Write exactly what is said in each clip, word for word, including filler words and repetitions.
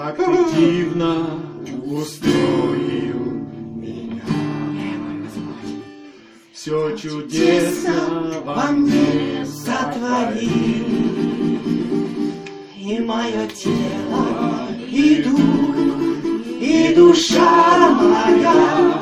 Как ты дивно устроил меня. Все чудесно во мне сотворил. И мое тело, и дух, и душа моя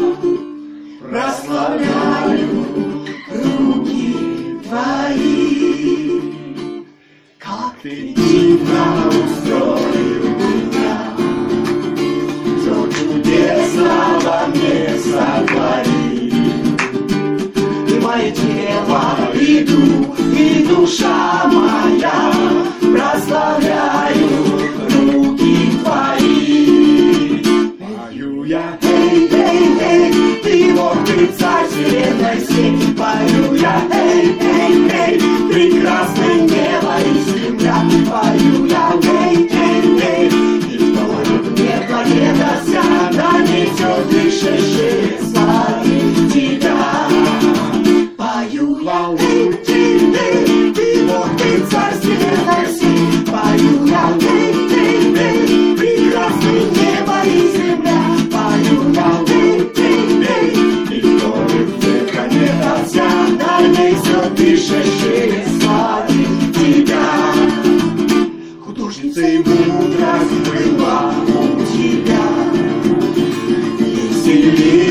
прославляют руки твои. Как ты дивно устроил меня, все чудесно во мне сотворил. И мое тело, и дух, и душа моя прославляю руки твои. Пою я, Эй, эй, эй, ты Бог, ты царь вселенной всей. Пою я, эй, эй, эй, прекрасное небо и земля. Пою я, эй, эй, эй, никто не планета, на ней все дышащее славит тебя. Пою я, эй, эй, эй, ты Бог, ты царь вселенной всей. Пою я, эй, эй, эй, прекрасное небо и земля. Пою я, эй, эй, эй, никто не планета, на ней все дышащее славит тебя. Художницей мудрость была у тебя, и сильнее